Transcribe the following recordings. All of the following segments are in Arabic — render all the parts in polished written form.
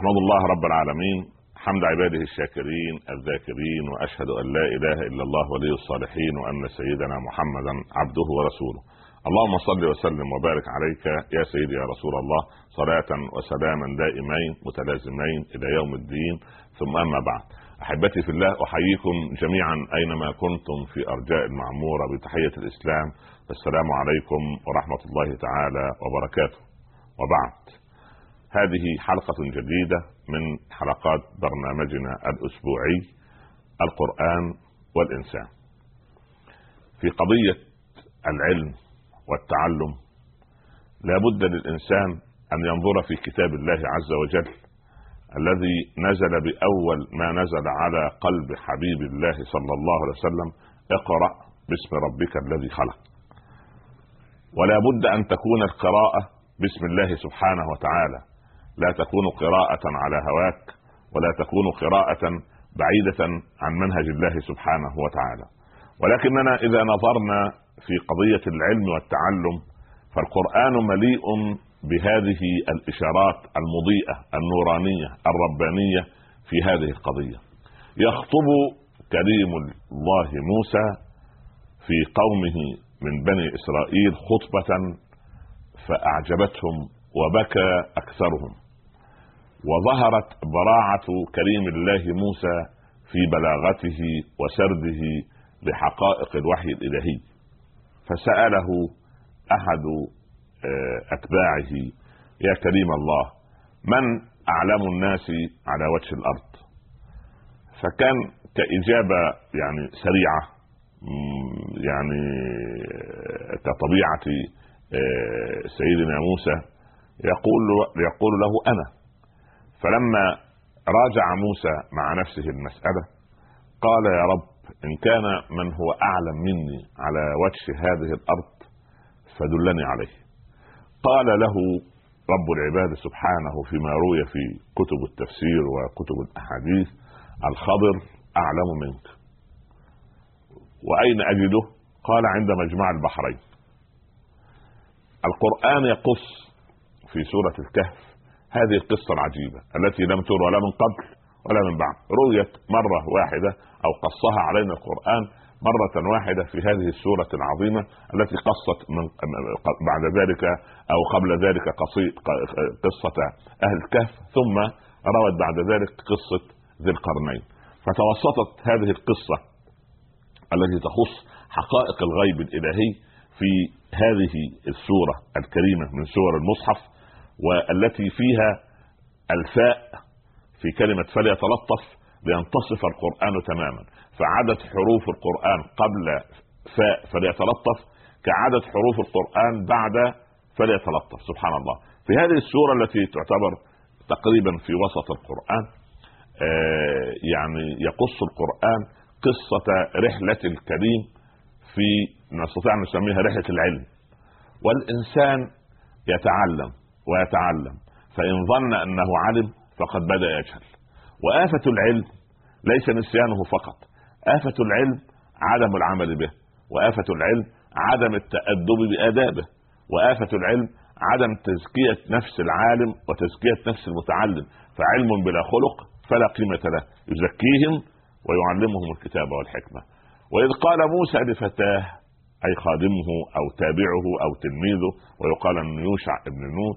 أحمد الله رب العالمين حمد عباده الشاكرين الذاكرين، وأشهد أن لا إله إلا الله ولي الصالحين، وأن سيدنا محمدا عبده ورسوله. اللهم صل وسلم وبارك عليك يا سيدي يا رسول الله، صلاة وسلاما دائمين متلازمين إلى يوم الدين. ثم أما بعد، أحبتي في الله، أحييكم جميعا أينما كنتم في أرجاء المعمورة بتحية الإسلام، السلام عليكم ورحمة الله تعالى وبركاته. وبعد، هذه حلقة جديدة من حلقات برنامجنا الأسبوعي القرآن والإنسان. في قضية العلم والتعلم لا بد للإنسان أن ينظر في كتاب الله عز وجل الذي نزل بأول ما نزل على قلب حبيب الله صلى الله عليه وسلم: اقرأ باسم ربك الذي خلق. ولا بد أن تكون القراءة باسم الله سبحانه وتعالى، لا تكون قراءة على هواك، ولا تكون قراءة بعيدة عن منهج الله سبحانه وتعالى. ولكننا إذا نظرنا في قضية العلم والتعلم فالقرآن مليء بهذه الإشارات المضيئة النورانية الربانية في هذه القضية. يخطب كريم الله موسى في قومه من بني إسرائيل خطبة فأعجبتهم وبكى أكثرهم، وظهرت براعة كريم الله موسى في بلاغته وسرده لحقائق الوحي الإلهي. فسأله أحد أتباعه: يا كريم الله، من أعلم الناس على وجه الأرض؟ فكان كإجابة يعني سريعة، يعني كطبيعة سيدنا موسى يقول له أنا. فلما راجع موسى مع نفسه المسألة قال: يا رب، إن كان من هو أعلم مني على وجه هذه الأرض فدلني عليه. قال له رب العباد سبحانه فيما روي في كتب التفسير وكتب الأحاديث: الخضر أعلم منك. وأين أجده؟ قال: عند مجمع البحرين. القرآن يقص في سورة الكهف هذه القصة العجيبة التي لم تروى لا من قبل ولا من بعد، رويت مرة واحدة أو قصها علينا القرآن مرة واحدة في هذه السورة العظيمة التي قصت من بعد ذلك أو قبل ذلك قصة أهل الكهف، ثم روت بعد ذلك قصة ذي القرنين. فتوسطت هذه القصة التي تخص حقائق الغيب الإلهي في هذه السورة الكريمة من سور المصحف، والتي فيها الفاء في كلمة فليتلطف لينتصف القرآن تماما. فعدد حروف القرآن قبل فاء فليتلطف كعدد حروف القرآن بعد فليتلطف. سبحان الله. في هذه السورة التي تعتبر تقريبا في وسط القرآن يعني يقص القرآن قصة رحلة الكريم في نستطيع أن نسميها رحلة العلم. والإنسان يتعلم ويتعلم، فإن ظن أنه علم فقد بدأ يجهل. وآفة العلم ليس نسيانه فقط، آفة العلم عدم العمل به، وآفة العلم عدم التأدب بآدابه، وآفة العلم عدم تزكية نفس العالم وتزكية نفس المتعلم. فعلم بلا خلق فلا قيمة له، يزكيهم ويعلمهم الكتاب والحكمة. وإذ قال موسى لفتاه، أي خادمه أو تابعه أو تلميذه، ويقال أن يوشع ابن نون.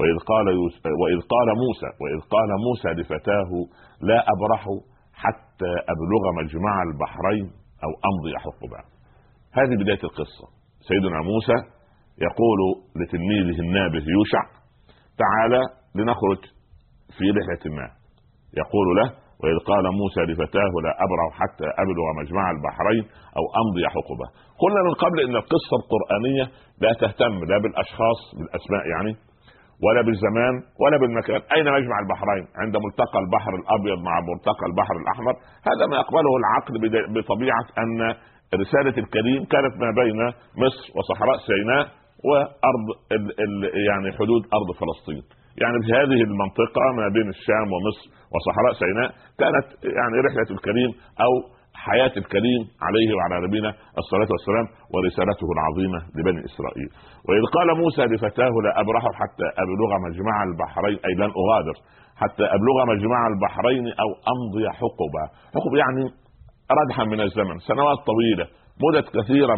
وإذ قال موسى لفتاه: لا أبرح حتى أبلغ مجمع البحرين أو أمضي حقبا. هذه بداية القصة. سيدنا موسى يقول لتلميذه النابه يوشع: تعالى لنخرج في رحلة ما. يقول له: وإذ قال موسى لفتاه: لا أبرح حتى أبلغ مجمع البحرين أو أمضي حقبة. قلنا من قبل إن القصة القرآنية لا تهتم لا بالأشخاص بالأسماء يعني، ولا بالزمان ولا بالمكان. أين مجمع البحرين؟ عند ملتقى البحر الأبيض مع ملتقى البحر الأحمر. هذا ما يقبله العقل بطبيعة أن رسالة الكريم كانت ما بين مصر وصحراء سيناء وأرض يعني حدود أرض فلسطين. يعني في هذه المنطقة ما بين الشام ومصر وصحراء سيناء كانت يعني رحلة الكريم أو حياة الكريم عليه وعلى نبينا الصلاة والسلام ورسالته العظيمة لبني إسرائيل. وإذ قال موسى لفتاه لا أبرح حتى أبلغ مجمع البحرين، أي لن أغادر حتى أبلغ مجمع البحرين أو أمضي حقبا. حقب يعني ردحا من الزمن، سنوات طويلة، مدة كثيرة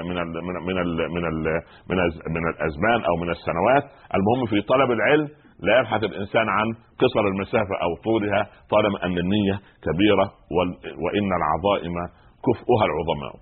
من الأزمان أو من السنوات. المهم في طلب العلم لا يبحث الإنسان عن قصر المسافة أو طولها طالما أن النية كبيرة، وإن العظائم كفؤها العظماء.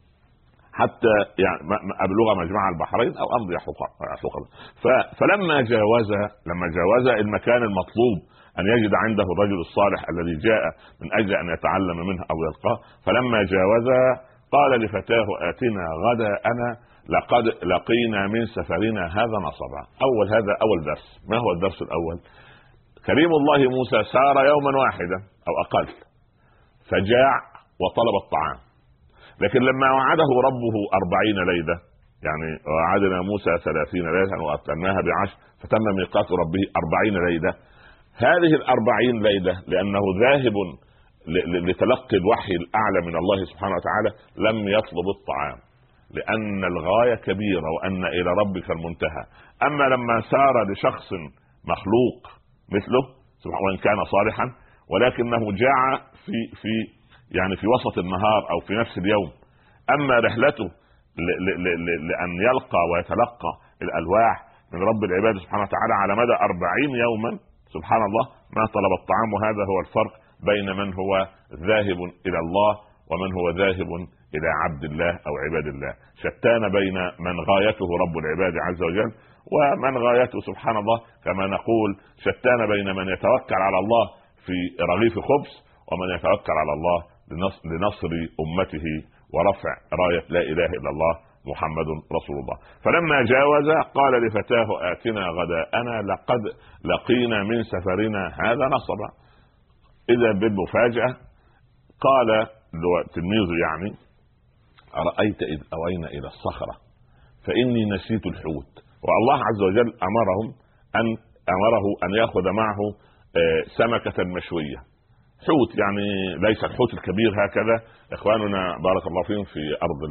حتى يعني أبلغ مجمع البحرين أو أمضي حقبا. فلما جاوز المكان المطلوب أن يجد عنده الرجل الصالح الذي جاء من أجل أن يتعلم منه أو يلقاه، فلما جاوز قال لفتاه آتنا غداءنا لقد لقينا من سفرنا هذا نصبا. هذا أول درس. ما هو الدرس الأول؟ كريم الله موسى سار يوما واحدا أو أقل فجاع وطلب الطعام، لكن لما وعده ربه 40 ليلة، يعني وعدنا موسى 30 ليلة وأتمناها ب10 فتم ميقات ربه 40 ليلة. هذه 40 ليلة لأنه ذاهب لتلقي الوحي الأعلى من الله سبحانه وتعالى لم يطلب الطعام، لأن الغاية كبيرة وأن إلى ربك المنتهى. أما لما سار لشخص مخلوق مثله وإن كان صالحا، ولكنه جاع في وسط النهار أو في نفس اليوم. أما رحلته لأن يلقى ويتلقى الألواح من رب العباد سبحانه وتعالى على مدى 40 يوما، سبحان الله، ما طلب الطعام. وهذا هو الفرق بين من هو ذاهب إلى الله ومن هو ذاهب إلى عبد الله أو عباد الله. شتان بين من غايته رب العباد عز وجل ومن غايته سبحان الله كما نقول شتان بين من يتوكل على الله في رغيف خبز ومن يتوكل على الله لنصر أمته ورفع راية لا إله إلا الله محمد رسول الله. فلما جاوز قال لفتاه آتنا غداءنا لقد لقينا من سفرنا هذا نصبا. إذا بالمفاجأة قال تلميذه يعني أرأيت إذ أوينا إلى الصخرة فإني نسيت الحوت. والله عز وجل أمره أن يأخذ معه سمكة مشوية. حوت يعني ليس الحوت الكبير هكذا. إخواننا بارك الله فيهم في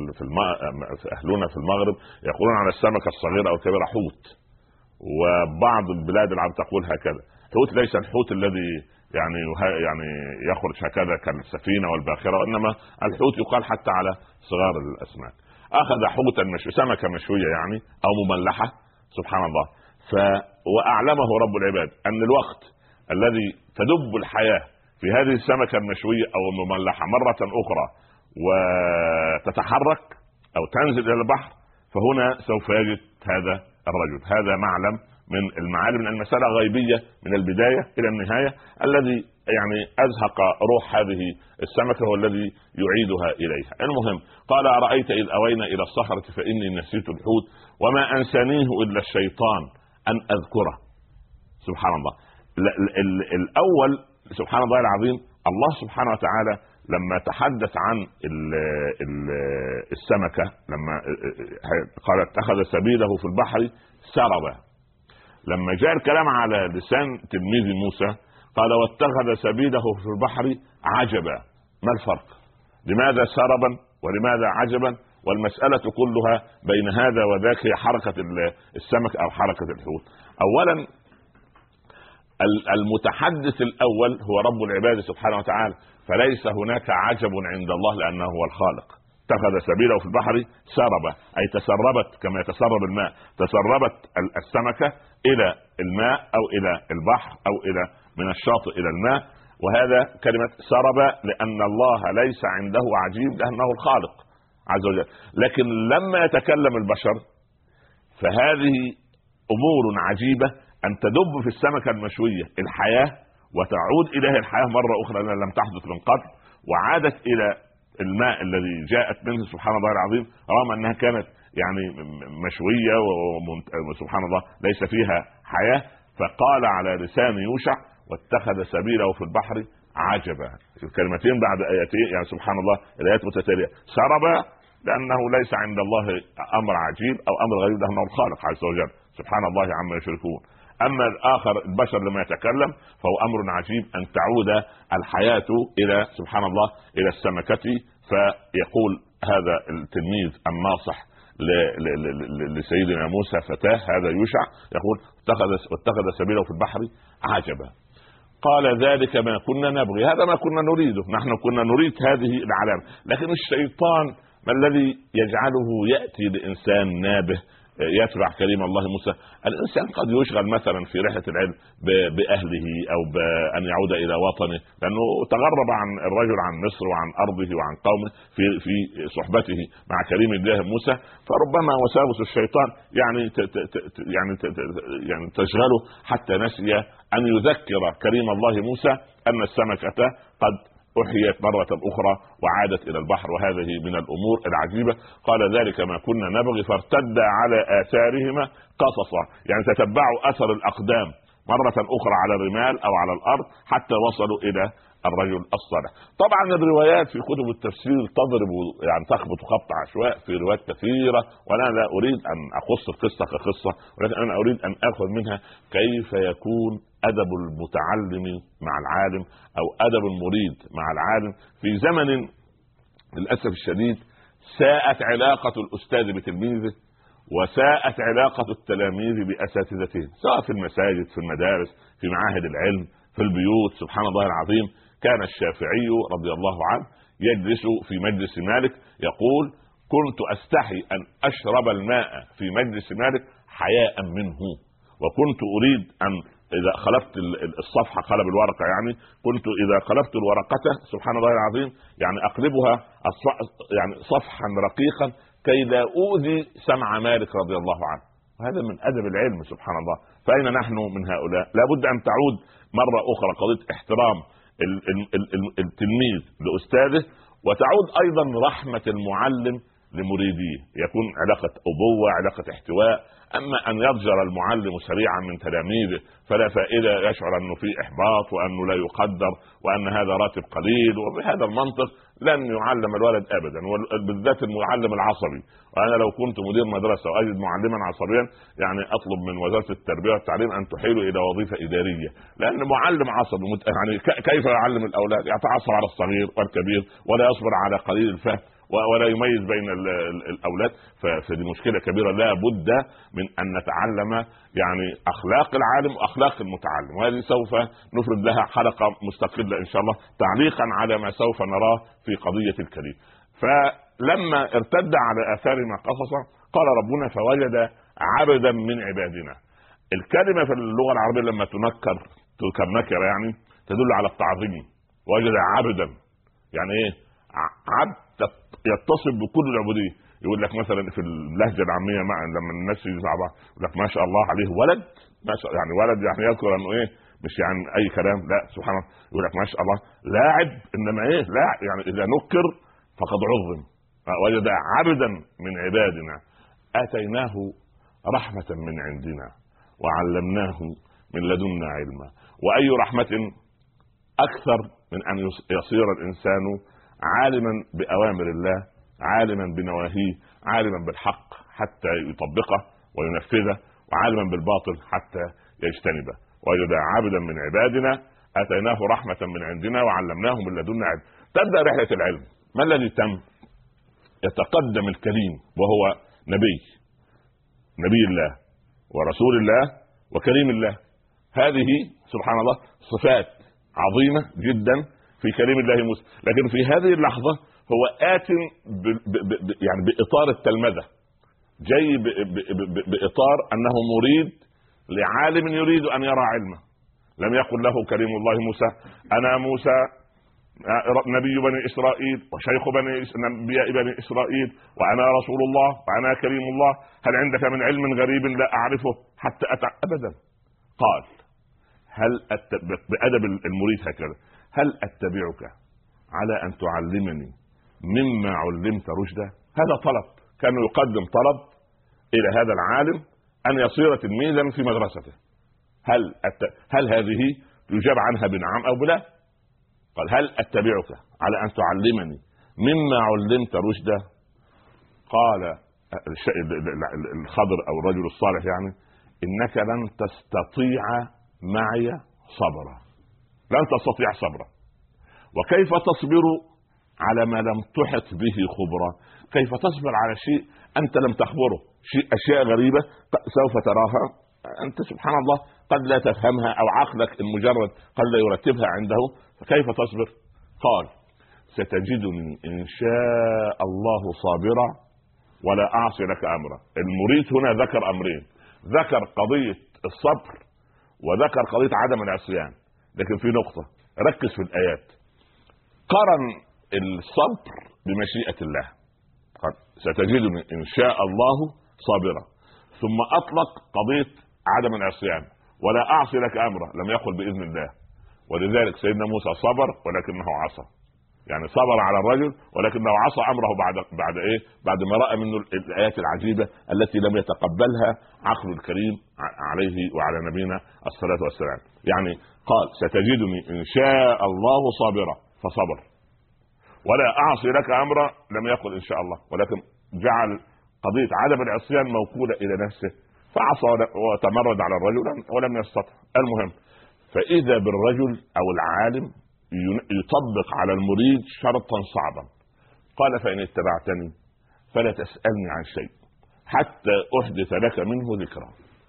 أهلنا في المغرب يقولون على السمكة الصغيرة أو الكبيرة حوت، وبعض البلاد العرب تقول هكذا. حوت ليس الحوت الذي يعني يخرج هكذا كالسفينة والباخرة، وإنما الحوت يقال حتى على صغار الأسماك. أخذ حوتا سمكة مشوية يعني أو مملحة سبحان الله. وأعلمه رب العباد أن الوقت الذي تدب الحياة في هذه السمكة المشوية أو المملحة مرة أخرى وتتحرك أو تنزل إلى البحر، فهنا سوف يجد هذا الرجل. هذا معلم من المعالم، من المسألة غيبية من البداية إلى النهاية. الذي يعني أزهق روح هذه السمكة هو الذي يعيدها إليها. المهم قال أرأيت إذ أوينا إلى الصخرة فإني نسيت الحوت وما أنسانيه إلا الشيطان أن أذكره. سبحان الله. الأول سبحان الله العظيم، الله سبحانه وتعالى لما تحدث عن السمكة لما قال اتخذ سبيله في البحر سربا، لما جاء الكلام على لسان تلميذ موسى قال واتخذ سبيله في البحر عجبا. ما الفرق؟ لماذا سربا ولماذا عجبا؟ والمسألة كلها بين هذا وذاك هي حركة السمك أو حركة الحوت. أولا المتحدث الأول هو رب العباد سبحانه وتعالى، فليس هناك عجب عند الله لأنه هو الخالق. اتخذ سبيله في البحر سربا أي تسربت كما يتسرب الماء، تسربت السمكة إلى الماء أو إلى البحر أو إلى من الشاطئ إلى الماء. وهذا كلمة سرب لأن الله ليس عنده عجيب لأنه الخالق عز وجل. لكن لما يتكلم البشر فهذه أمور عجيبة أن تدب في السمكة المشوية الحياة وتعود إليه الحياة مرة أخرى لم تحدث من قبل، وعادت إلى الماء الذي جاءت منه سبحان الله العظيم، رغم أنها كانت يعني مشوية وسبحان الله ليس فيها حياة. فقال على لسان يوشع واتخذ سبيله في البحر عجبا. الكلمتين بعد آياتين يعني سبحان الله الآيات متتالية. سربا لأنه ليس عند الله أمر عجيب أو أمر غريب لأنه الخالق عز وجل سبحان الله عما يشركون. اما الاخر البشر لما يتكلم فهو امر عجيب ان تعود الحياه الى سبحان الله الى السمكه، فيقول هذا التلميذ الناصح لسيدنا موسى فتاه هذا يوشع يقول اتخذ سبيله في البحر عجبا، قال ذلك ما كنا نبغي، هذا ما كنا نريده، نحن كنا نريد هذه العلامة، لكن الشيطان ما الذي يجعله يأتي لإنسان نابه يتبع كريم الله موسى؟ الإنسان قد يشغل مثلا في رحلة العلم بأهله أو بأن يعود إلى وطنه، لأنه تغرب عن الرجل عن مصر وعن أرضه وعن قومه في صحبته مع كريم الله موسى، فربما وساوس الشيطان يعني تشغله حتى نسي أن يذكر كريم الله موسى أن السمكة قد أحيت مرة أخرى وعادت إلى البحر، وهذه من الأمور العجيبة. قال ذلك ما كنا نبغي فارتد على آثارهما قصصا، يعني تتبعوا أثر الأقدام مرة أخرى على الرمال أو على الأرض حتى وصلوا إلى الرجل الصالح. طبعا الروايات في كتب التفسير تضرب يعني تخبط خبط عشواء في روايات كثيرة، وأنا لا أريد أن أقص القصة كقصة، ولكن أنا أريد أن أخذ منها كيف يكون أدب المتعلم مع العالم أو أدب المريد مع العالم في زمن للأسف الشديد ساءت علاقة الأستاذ بتلميذه وساءت علاقة التلاميذ بأساتذتهم، سواء في المساجد، في المدارس، في معاهد العلم، في البيوت. سبحان الله العظيم، كان الشافعي رضي الله عنه يجلس في مجلس مالك يقول: كنت أستحي أن أشرب الماء في مجلس مالك حياء منه، وكنت أريد أن إذا خلفت الصفحة قلب الورقة، يعني كنت إذا خلفت الورقة سبحان الله العظيم يعني أقلبها يعني صفحا رقيقا كي لا أؤذي سمع مالك رضي الله عنه. وهذا من أدب العلم سبحان الله. فأين نحن من هؤلاء؟ لابد أن تعود مرة أخرى قضية احترام التلميذ لأستاذه، وتعود أيضا رحمة المعلم لمريديه، يكون علاقة أبوة، علاقة احتواء. أما أن يضجر المعلم سريعا من تلاميذه فلا فائدة، يشعر أنه في إحباط وأنه لا يقدر وأن هذا راتب قليل، وبهذا المنطق لن يعلم الولد أبدا، بالذات المعلم العصبي. وأنا لو كنت مدير مدرسة وأجد معلما عصبيا يعني أطلب من وزارة التربية والتعليم أن تحيله إلى وظيفة إدارية، لأن معلم عصبي يعني كيف يعلم الأولاد؟ يتعصب على الصغير والكبير ولا يصبر على قليل الفهم ولا يميز بين الأولاد. فدي مشكلة كبيرة، لا بد من أن نتعلم يعني أخلاق العالم وأخلاق المتعلم، وهذه سوف نفرد لها حلقة مستقلة إن شاء الله تعليقا على ما سوف نراه في قضية الكريم. فلما ارتد على آثارنا قصصا قال ربنا: فوجد عبدا من عبادنا. الكلمة في اللغة العربية لما تنكر نكرة يعني تدل على التعظيم. وجد عبدا يعني ايه؟ عبد يتصف بكل العبودية. يقول لك مثلا في اللهجة العامية لما الناس يجي مع بعض يقول لك ما شاء الله عليه ولد، ما شاء يعني ولد يعني يذكر انه ايه، مش يعني اي كلام، لا سبحان الله. يقول لك ما شاء الله لاعب، انما ايه لا يعني اذا نكر فقد عظم. وجد عبدا من عبادنا اتيناه رحمة من عندنا وعلمناه من لدنا علما. واي رحمة اكثر من ان يصير الانسان عالما بأوامر الله، عالما بنواهيه، عالما بالحق حتى يطبقه وينفذه، وعالما بالباطل حتى يجتنبه. وجد عبدا من عبادنا اتيناه رحمة من عندنا وعلمناه من لدنا علم. تبدأ رحلة العلم. ما الذي تم؟ يتقدم الكريم وهو نبي الله ورسول الله وكريم الله. هذه سبحان الله صفات عظيمة جدا في كريم الله موسى، لكن في هذه اللحظة هو آت يعني بإطار التلمذة، جاي بإطار أنه مريد لعالم يريد أن يرى علمه. لم يقل له كريم الله موسى: أنا موسى نبي بني إسرائيل وشيخ أنبياء بني إسرائيل وأنا رسول الله وأنا كريم الله، هل عندك من علم غريب لا أعرفه حتى أبدا. قال: هل بأدب المريد هكذا: هل أتبعك على أن تعلمني مما علمت رشدا؟ هذا طلب، كان يقدم طلب إلى هذا العالم أن يصير تلميذا في مدرسته. هل هذه يجاب عنها بنعم أو بلا؟ قال: هل أتبعك على أن تعلمني مما علمت رشدا؟ قال الخضر أو الرجل الصالح يعني: إنك لن تستطيع معي صبرا، لن تستطيع صبرا. وكيف تصبر على ما لم تحط به خبرا؟ كيف تصبر على شيء أنت لم تخبره؟ أشياء غريبة سوف تراها أنت سبحان الله قد لا تفهمها، أو عقلك المجرد قد لا يرتبها عنده، فكيف تصبر؟ قال ستجدني إن شاء الله صابرا ولا أعصي لك أمرا. المريد هنا ذكر أمرين، ذكر قضية الصبر وذكر قضية عدم العصيان، لكن في نقطة ركز في الآيات، قرن الصبر بمشيئة الله، قال ستجدني إن شاء الله صابرا، ثم أطلق قضية عدم العصيان ولا أعصي لك أمرا، لم يقل بإذن الله. ولذلك سيدنا موسى صبر ولكنه عصى، يعني صبر على الرجل ولكنه عصى أمره بعد إيه؟ بعد ما رأى منه الآيات العجيبة التي لم يتقبلها عقل الكريم عليه وعلى نبينا الصلاة والسلام. يعني قال ستجدني إن شاء الله صابرا فصبر، ولا أعصي لك أمرا لم يقل إن شاء الله، ولكن جعل قضية عدم العصيان موكولة إلى نفسه، فعصى وتمرد على الرجل ولم يستطع. المهم، فإذا بالرجل أو العالم يطبق على المريد شرطا صعبا، قال فإن اتبعتني فلا تسألني عن شيء حتى أحدث لك منه ذكرى.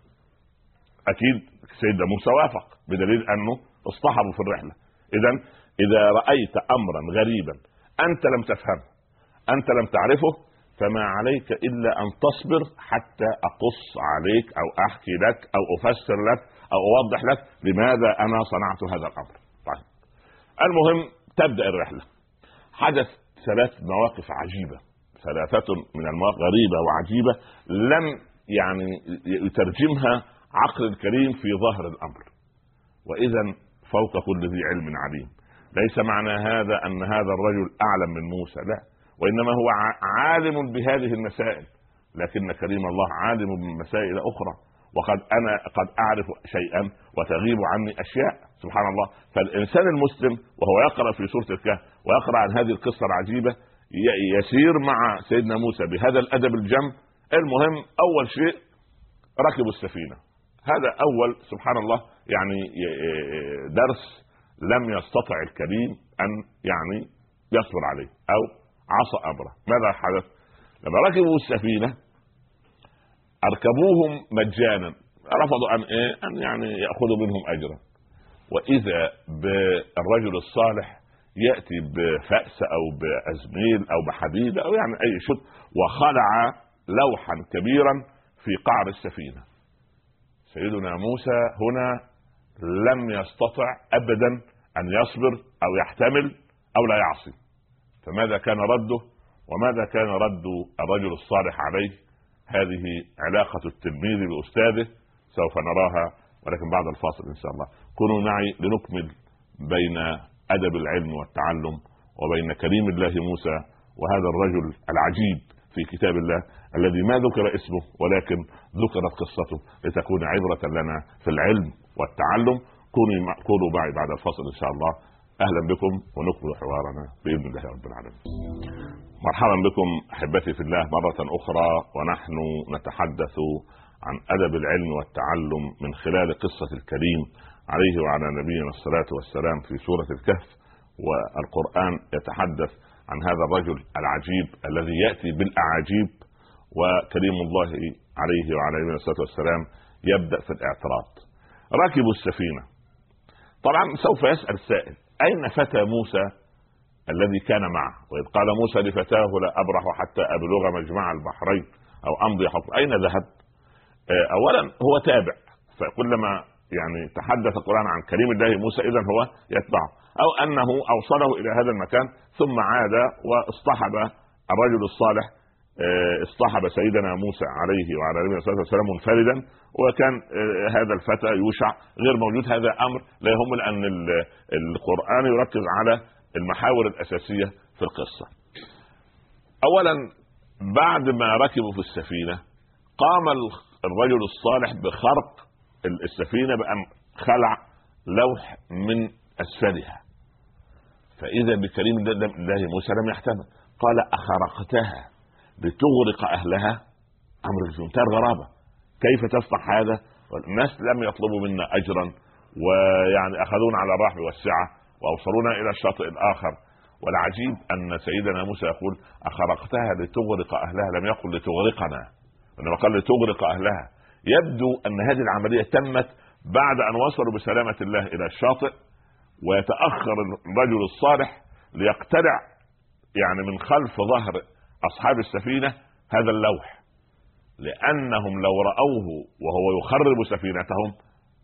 أكيد سيدنا موسى وافق بدليل أنه اصطحبوا في الرحلة. إذا رأيت أمرا غريبا أنت لم تفهمه، أنت لم تعرفه، فما عليك إلا أن تصبر حتى أقص عليك أو أحكي لك أو أفسر لك أو أوضح لك لماذا أنا صنعت هذا الأمر. طيب. المهم تبدأ الرحلة، حدث 3 مواقف عجيبة، 3 من المواقف غريبة وعجيبة لم يعني يترجمها عقل الكريم في ظاهر الأمر. وإذا فوق كل ذي علم عليم، ليس معنى هذا أن هذا الرجل أعلم من موسى، لا، وإنما هو عالم بهذه المسائل، لكن كريم الله عالم بمسائل أخرى، وقد أنا قد أعرف شيئا وتغيب عني أشياء سبحان الله. فالإنسان المسلم وهو يقرأ في سورة الكهف ويقرأ عن هذه القصة العجيبة يسير مع سيدنا موسى بهذا الأدب الجم. المهم أول شيء ركبوا السفينة، هذا أول سبحان الله يعني درس لم يستطع الكريم أن يعني يصبر عليه أو عصى أمره. ماذا حدث؟ لما ركبوا السفينة أركبوهم مجانا، رفضوا أن يعني يأخذوا منهم أجرا، وإذا بالرجل الصالح يأتي بفأس أو بأزميل أو بحديد أو يعني أي شيء، وخلع لوحا كبيرا في قعر السفينة. سيدنا موسى هنا لم يستطع أبدا أن يصبر أو يحتمل أو لا يعصي. فماذا كان رده وماذا كان رد الرجل الصالح عليه؟ هذه علاقة التلميذ بأستاذه سوف نراها، ولكن بعد الفاصل إن شاء الله. كونوا معي لنكمل بين أدب العلم والتعلم وبين كريم الله موسى وهذا الرجل العجيب في كتاب الله الذي ما ذكر اسمه ولكن ذكرت قصته لتكون عبرة لنا في العلم والتعلم. كونوا معي بعد الفاصل إن شاء الله. أهلا بكم ونكمل حوارنا بإذن الله رب العالمين. مرحبا بكم أحبتي في الله مرة أخرى، ونحن نتحدث عن أدب العلم والتعلم من خلال قصة الكريم عليه وعلى نبينا الصلاة والسلام في سورة الكهف. والقرآن يتحدث عن هذا الرجل العجيب الذي يأتي بالأعاجيب، وكريم الله عليه وعلى نبينا الصلاة والسلام يبدأ في الاعتراض. ركبوا السفينة، طبعا سوف يسأل السائل أين فتى موسى الذي كان معه؟ وإذ قال موسى لفتاه لا أبرح حتى أبلغ مجمع البحرين أو أمضي حقب، أين ذهب؟ أولا هو تابع، فكلما يعني تحدث القرآن عن كريم الله موسى إذن هو يتبعه، أو أنه أوصله إلى هذا المكان ثم عاد واصطحب الرجل الصالح، اصطحب سيدنا موسى عليه وعلى نبينا الصلاة والسلام منفردا، وكان هذا الفتى يوشع غير موجود. هذا أمر لا يهم، لأن القرآن يركز على المحاور الأساسية في القصة. أولا بعد ما ركبوا في السفينة قام الرجل الصالح بخرق السفينة بأن خلع لوح من أسفلها، فإذا بكريم الله موسى لم يحتمل، قال أخرقتها لتغرق أهلها؟ أمر في منتهى الغرابة، كيف تصنع هذا الناس لم يطلبوا منا أجرا، ويعني أخذونا على الرحب والسعة وأوصلونا إلى الشاطئ الآخر. والعجيب أن سيدنا موسى يقول أخرقتها لتغرق أهلها، لم يقل لتغرقنا، إنما قال لتغرق أهلها. يبدو أن هذه العملية تمت بعد أن وصلوا بسلامة الله إلى الشاطئ، ويتأخر الرجل الصالح ليقتلع يعني من خلف ظهر أصحاب السفينة هذا اللوح، لأنهم لو رأوه وهو يخرب سفينتهم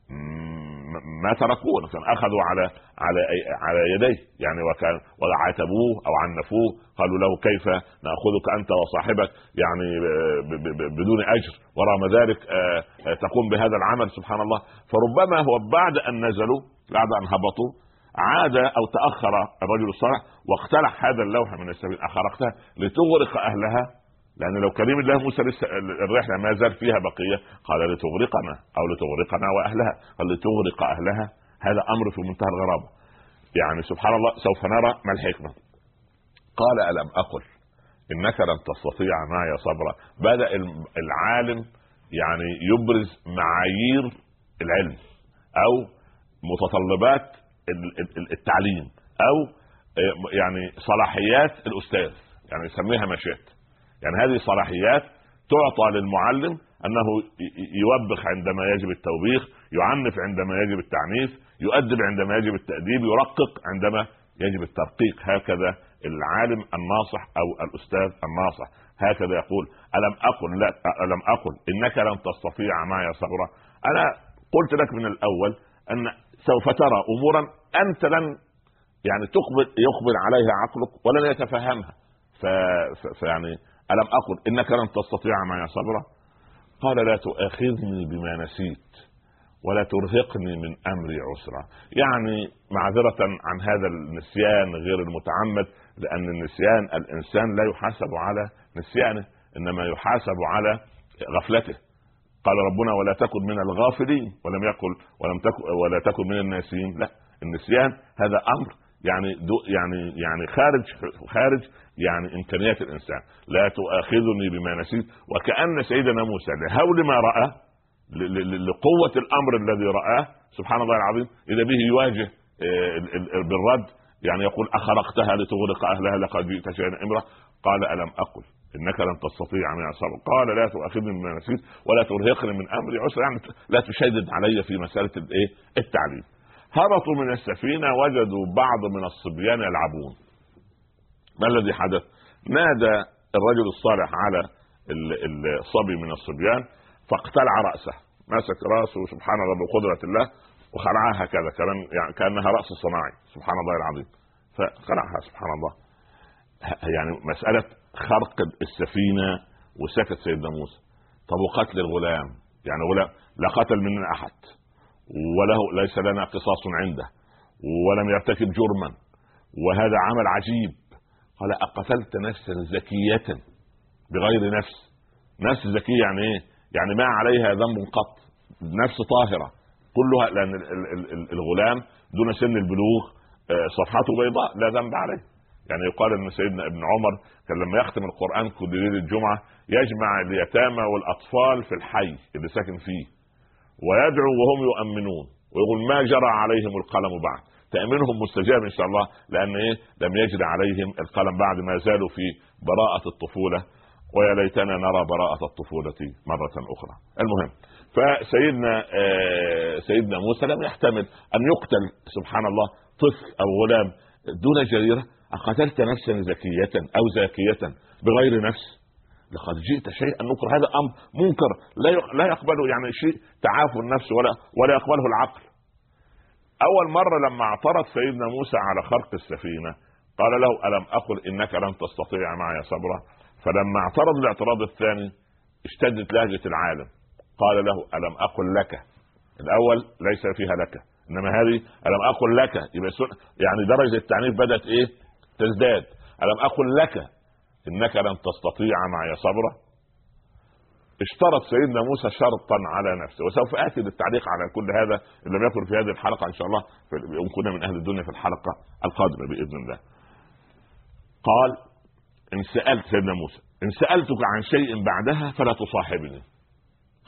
ما تركوه، كان أخذوا على يديه يعني، وكان وعاتبوه أو عنفوه، قالوا له كيف نأخذك أنت وصاحبك يعني بدون أجر، ورغم ذلك تقوم بهذا العمل. سبحان الله. فربما هو بعد أن نزلوا، بعد أن هبطوا، عاد أو تأخر الرجل الصالح واقتلع هذا اللوح من السفينة. أخرقتها لتغرق أهلها، لأن لو كريم الله موسى الرحلة ما زال فيها بقية، قال لتغرقنا أو لتغرقنا وأهلها، قال لتغرق أهلها. هذا أمر في منتهى الغرابة يعني. سبحان الله. سوف نرى ما الحكمة. قال ألم أقل إنك لن تستطيع معي صبرا. بدأ العالم يعني يبرز معايير العلم أو متطلبات التعليم أو يعني صلاحيات الأستاذ، يعني يسميها ما شئت. يعني هذه صلاحيات تعطى للمعلم، أنه يوبخ عندما يجب التوبيخ، يعنف عندما يجب التعنيف، يؤدب عندما يجب التأديب، يرقق عندما يجب الترقيق. هكذا العالم الناصح أو الأستاذ الناصح، هكذا يقول ألم أقل إنك لن تستطيع معي صبرا. أنا قلت لك من الأول أن سوف ترى أمورا أنت لن يعني يقبل عليها عقلك ولن يتفهمها. فيعني ألم أقل إنك لن تستطيع معي صبرا. قال لا تؤاخذني بما نسيت ولا ترهقني من أمري عسرا. يعني معذرة عن هذا النسيان غير المتعمد، لأن النسيان الإنسان لا يحاسب على نسيانه، إنما يحاسب على غفلته. قال ربنا ولا تكن من الغافلين، ولم يقل ولا تكن من الناسين. لا، النسيان هذا أمر يعني خارج يعني إمكانيات الإنسان. لا تؤاخذني بما نسيت. وكأن سيدنا موسى لهول ما رأى، لقوة الأمر الذي رآه، سبحان الله العظيم، إذا به يواجه بالرد. يعني يقول أخرقتها لتغرق أهلها لقد جئت شيئا إمرا. قال ألم أقل إنك لن تستطيع معي صبرا. قال لا تؤاخذني بما نسيت ولا ترهقني من أمري عسرا، يعني لا تشدد علي في مسألة التعليم. هبطوا من السفينة وجدوا بعض من الصبيان يلعبون. ما الذي حدث؟ نادى الرجل الصالح على الصبي من الصبيان فاقتلع رأسه، مسك رأسه سبحان الله بقدرة الله وخلعها هكذا يعني كأنها رأس صناعي. سبحان الله العظيم. فخلعها سبحان الله. يعني مسألة خرق السفينة وسكت سيدنا موسى. طب وقتل الغلام، يعني غلام لا قتل مننا أحد وله ليس لنا قصاص عنده ولم يرتكب جرما، وهذا عمل عجيب. قال أقتلت نفسا زكية بغير نفس زكية يعني ايه؟ يعني ما عليها ذنب قط، نفس طاهرة كلها، لأن الغلام دون سن البلوغ صفحته بيضاء لا ذنب عليه. يعني يقال ان سيدنا ابن عمر كان لما يختم القرآن كل ليلة الجمعة يجمع اليتامى والأطفال في الحي اللي ساكن فيه ويدعو وهم يؤمنون ويقول ما جرى عليهم القلم بعد، تأمينهم مستجاب إن شاء الله، لأن لم يجري عليهم القلم بعد ما زالوا في براءة الطفولة، ويا ليتنا نرى براءة الطفولة مرة أخرى. المهم، سيدنا موسى لم يحتمل أن يقتل سبحان الله طفل أو غلام دون جريرة. أقتلت نفسا زكية أو زاكية بغير نفس لقد جئت شيئا نكر. هذا أمر منكر لا يقبله يعني شيء تعافى النفس ولا يقبله العقل. أول مرة لما اعترض سيدنا موسى على خرق السفينة قال له ألم أقل إنك لن تستطيع معي صبرا. فلما اعترض الاعتراض الثاني اشتدت لهجة العالم، قال له ألم أقل لك. الأول ليس فيها لك، إنما هذه ألم أقل لك، يبقى يعني درجة التعنيف بدأت تزداد. ألم أقل لك إنك لن تستطيع معي صبرا. اشترط سيدنا موسى شرطا على نفسه، وسوف آتي للتعليق على كل هذا إن لم يكن في هذه الحلقة إن شاء الله، إن كنا من أهل الدنيا في الحلقة القادمة بإذن الله. قال سيدنا موسى إن سألتك عن شيء بعدها فلا تصاحبني. خلاص،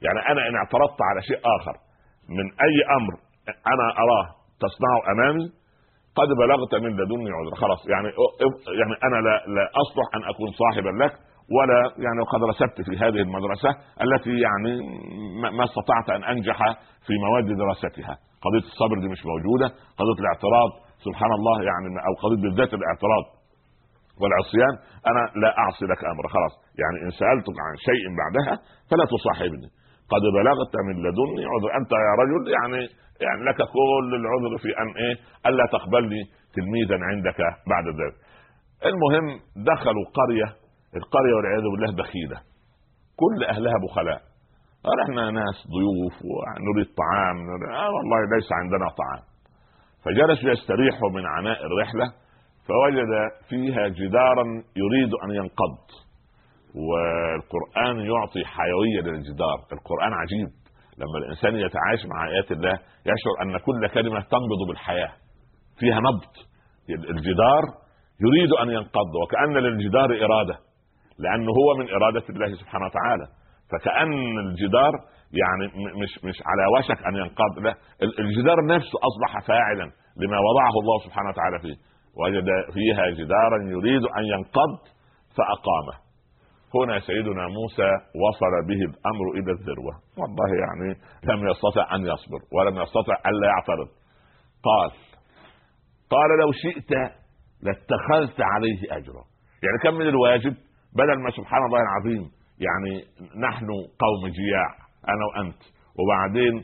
يعني انا ان اعترضت على شيء اخر من اي امر انا اراه تصنعه امامي قد بلغت من لدني عذر، خلاص يعني انا لا اصلح ان اكون صاحبا لك، ولا يعني قد رسبت في هذه المدرسه التي يعني ما استطعت ان انجح في مواد دراستها. قضيه الصبر دي مش موجوده، قضيه الاعتراض سبحان الله يعني، او قضيه بالذات الاعتراض والعصيان انا لا اعصي لك امر، خلاص يعني ان سالتك عن شيء بعدها فلا تصاحبني، قد بلغت من لدني عذر، انت يا رجل يعني لك كل العذر في ان الا تقبلني تلميذا عندك بعد ذلك. المهم دخلوا القريه والعياذ بالله بخيله، كل اهلها بخلاء، قال احنا ناس ضيوف ونريد طعام، والله ليس عندنا طعام. فجلسوا يستريحوا من عناء الرحله، فوجد فيها جدارا يريد ان ينقض، والقرآن يعطي حيوية للجدار. القرآن عجيب، لما الإنسان يتعايش مع آيات الله يشعر أن كل كلمة تنبض بالحياة، فيها نبض. الجدار يريد أن ينقض، وكأن للجدار إرادة، لأنه هو من إرادة الله سبحانه وتعالى، فكأن الجدار يعني مش على وشك أن ينقض، لا، الجدار نفسه أصبح فاعلا لما وضعه الله سبحانه وتعالى فيه. وجد فيها جدارا يريد أن ينقض فأقامه. هنا سيدنا موسى وصل به الأمر إلى الذروة، والله يعني لم يستطع أن يصبر ولم يستطع ألا يعترض. قال لو شئت لاتخذت عليه أجرا. يعني كم من الواجب، بدل ما سبحان الله العظيم يعني نحن قوم جياع أنا وأنت، وبعدين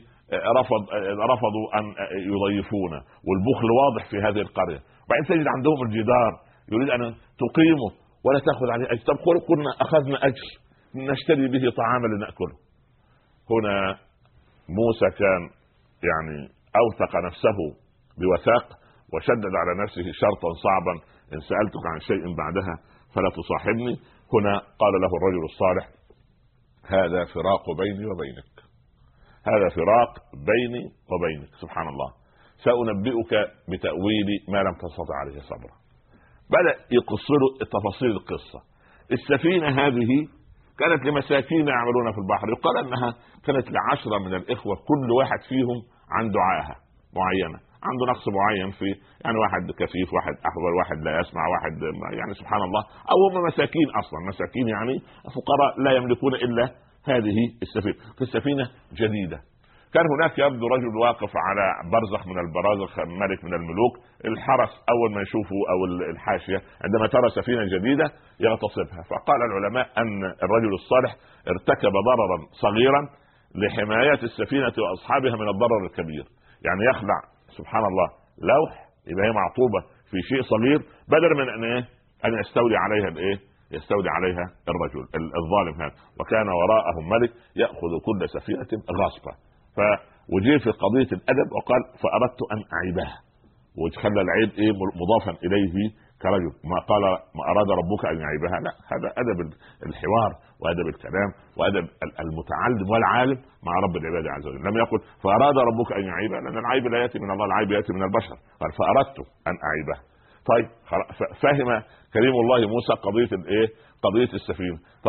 رفضوا أن يضيفونا، والبخل واضح في هذه القرية، وبعدين تجد عندهم الجدار يريد أن تقيمه ولا تأخذ عليه أجر. طب كنا أخذنا أجر نشتري به طعاما لنأكله. هنا موسى كان يعني أوثق نفسه بوثاق، وشدد على نفسه شرطا صعبا: إن سألتك عن شيء بعدها فلا تصاحبني. هنا قال له الرجل الصالح: هذا فراق بيني وبينك، هذا فراق بيني وبينك. سبحان الله، سأنبئك بتأويل ما لم تستطع عليه صبرا. بدأ يقصر تفاصيل القصة. السفينة هذه كانت لمساكين يعملون في البحر، يقال أنها كانت ل10 من الإخوة، كل واحد فيهم عنده عاهة معينة، عنده نقص معين في، يعني واحد كفيف، واحد أحول، واحد لا يسمع، واحد يعني سبحان الله، أو هم مساكين أصلا، مساكين يعني فقراء لا يملكون إلا هذه السفينة. في السفينة جديدة، كان هناك يبدو رجل واقف على برزخ من البرازخ، ملك من الملوك. الحرس أول ما يشوفوا أو الحاشية عندما ترى سفينة جديدة يغتصبها. فقال العلماء أن الرجل الصالح ارتكب ضررا صغيرا لحماية السفينة وأصحابها من الضرر الكبير. يعني يخلع سبحان الله لوح، يبقى هي معطوبة في شيء صغير، بدل من أن يستولي عليها يستولي عليها الرجل الظالم هذا. وكان وراءهم ملك يأخذ كل سفينة غصبا. فوجيه في قضية الأدب وقال: فأردت أن أعيبها، وخلى العيب مضافا إليه كرجل، ما قال ما أراد ربك أن يعيبها، لا، هذا أدب الحوار وأدب الكلام وأدب المتعلم والعالم مع رب العباد عز وجل. لم يقل فأراد ربك أن يعيبها، لأن العيب لا يأتي من الله، العيب يأتي من البشر. قال فأردت أن أعيبها. طيب فهم كريم الله موسى قضية السفينة. طب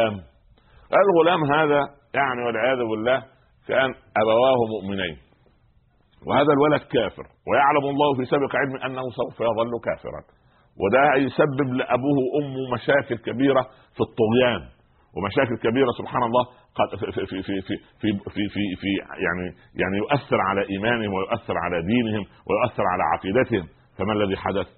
الغلام هذا يعني والعياذ بالله كان أبواه مؤمنين، وهذا الولد كافر، ويعلم الله في سابق علم أنه سوف يظل كافرا، وده يسبب لأبوه وأمه مشاكل كبيرة في الطغيان، ومشاكل كبيرة سبحان الله في في في في في في في, في يعني يؤثر على إيمانهم، ويؤثر على دينهم، ويؤثر على عقيدتهم. فما الذي حدث؟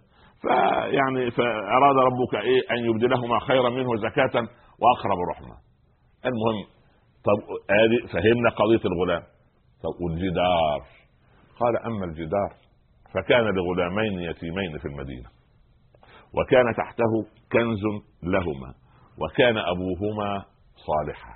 فأراد ربك أن يبدلهما خيرا منه زكاة وأقرب رحمة. المهم، طب فهمنا قضية الغلام. طب والجدار؟ قال: أما الجدار فكان لغلامين يتيمين في المدينة، وكان تحته كنز لهما، وكان أبوهما صالحا.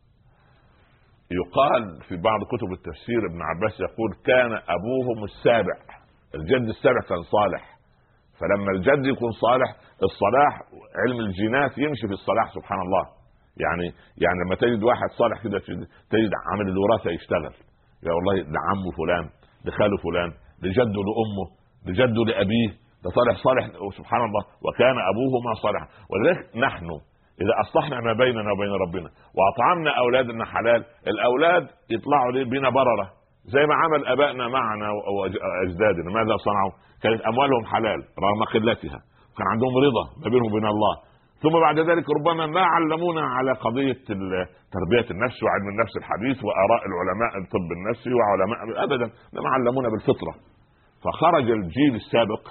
يقال في بعض كتب التفسير ابن عباس يقول: كان أبوهم السابع، الجد السابع كان صالح. فلما الجد يكون صالح، الصلاح علم الجينات يمشي في الصلاح سبحان الله. يعني لما تجد واحد صالح كده تجد عمل الوراثة يشتغل، يا والله لعمه فلان، لخاله فلان، لجده لأمه، لجده لأبيه، ده صالح سبحان الله، وكان أبوهما صالحا. ولذلك نحن اذا اصلحنا ما بيننا وبين ربنا واطعمنا اولادنا حلال، الاولاد يطلعوا بنا برره زي ما عمل ابائنا معنا واجدادنا. ماذا صنعوا؟ كانت اموالهم حلال رغم قلتها، كان عندهم رضا ما بينهم وبين الله. ثم بعد ذلك ربما ما علمونا على قضيه تربيه النفس وعلم النفس الحديث واراء العلماء الطب النفسي وعلماء، ابدا ما علمونا بالفطره. فخرج الجيل السابق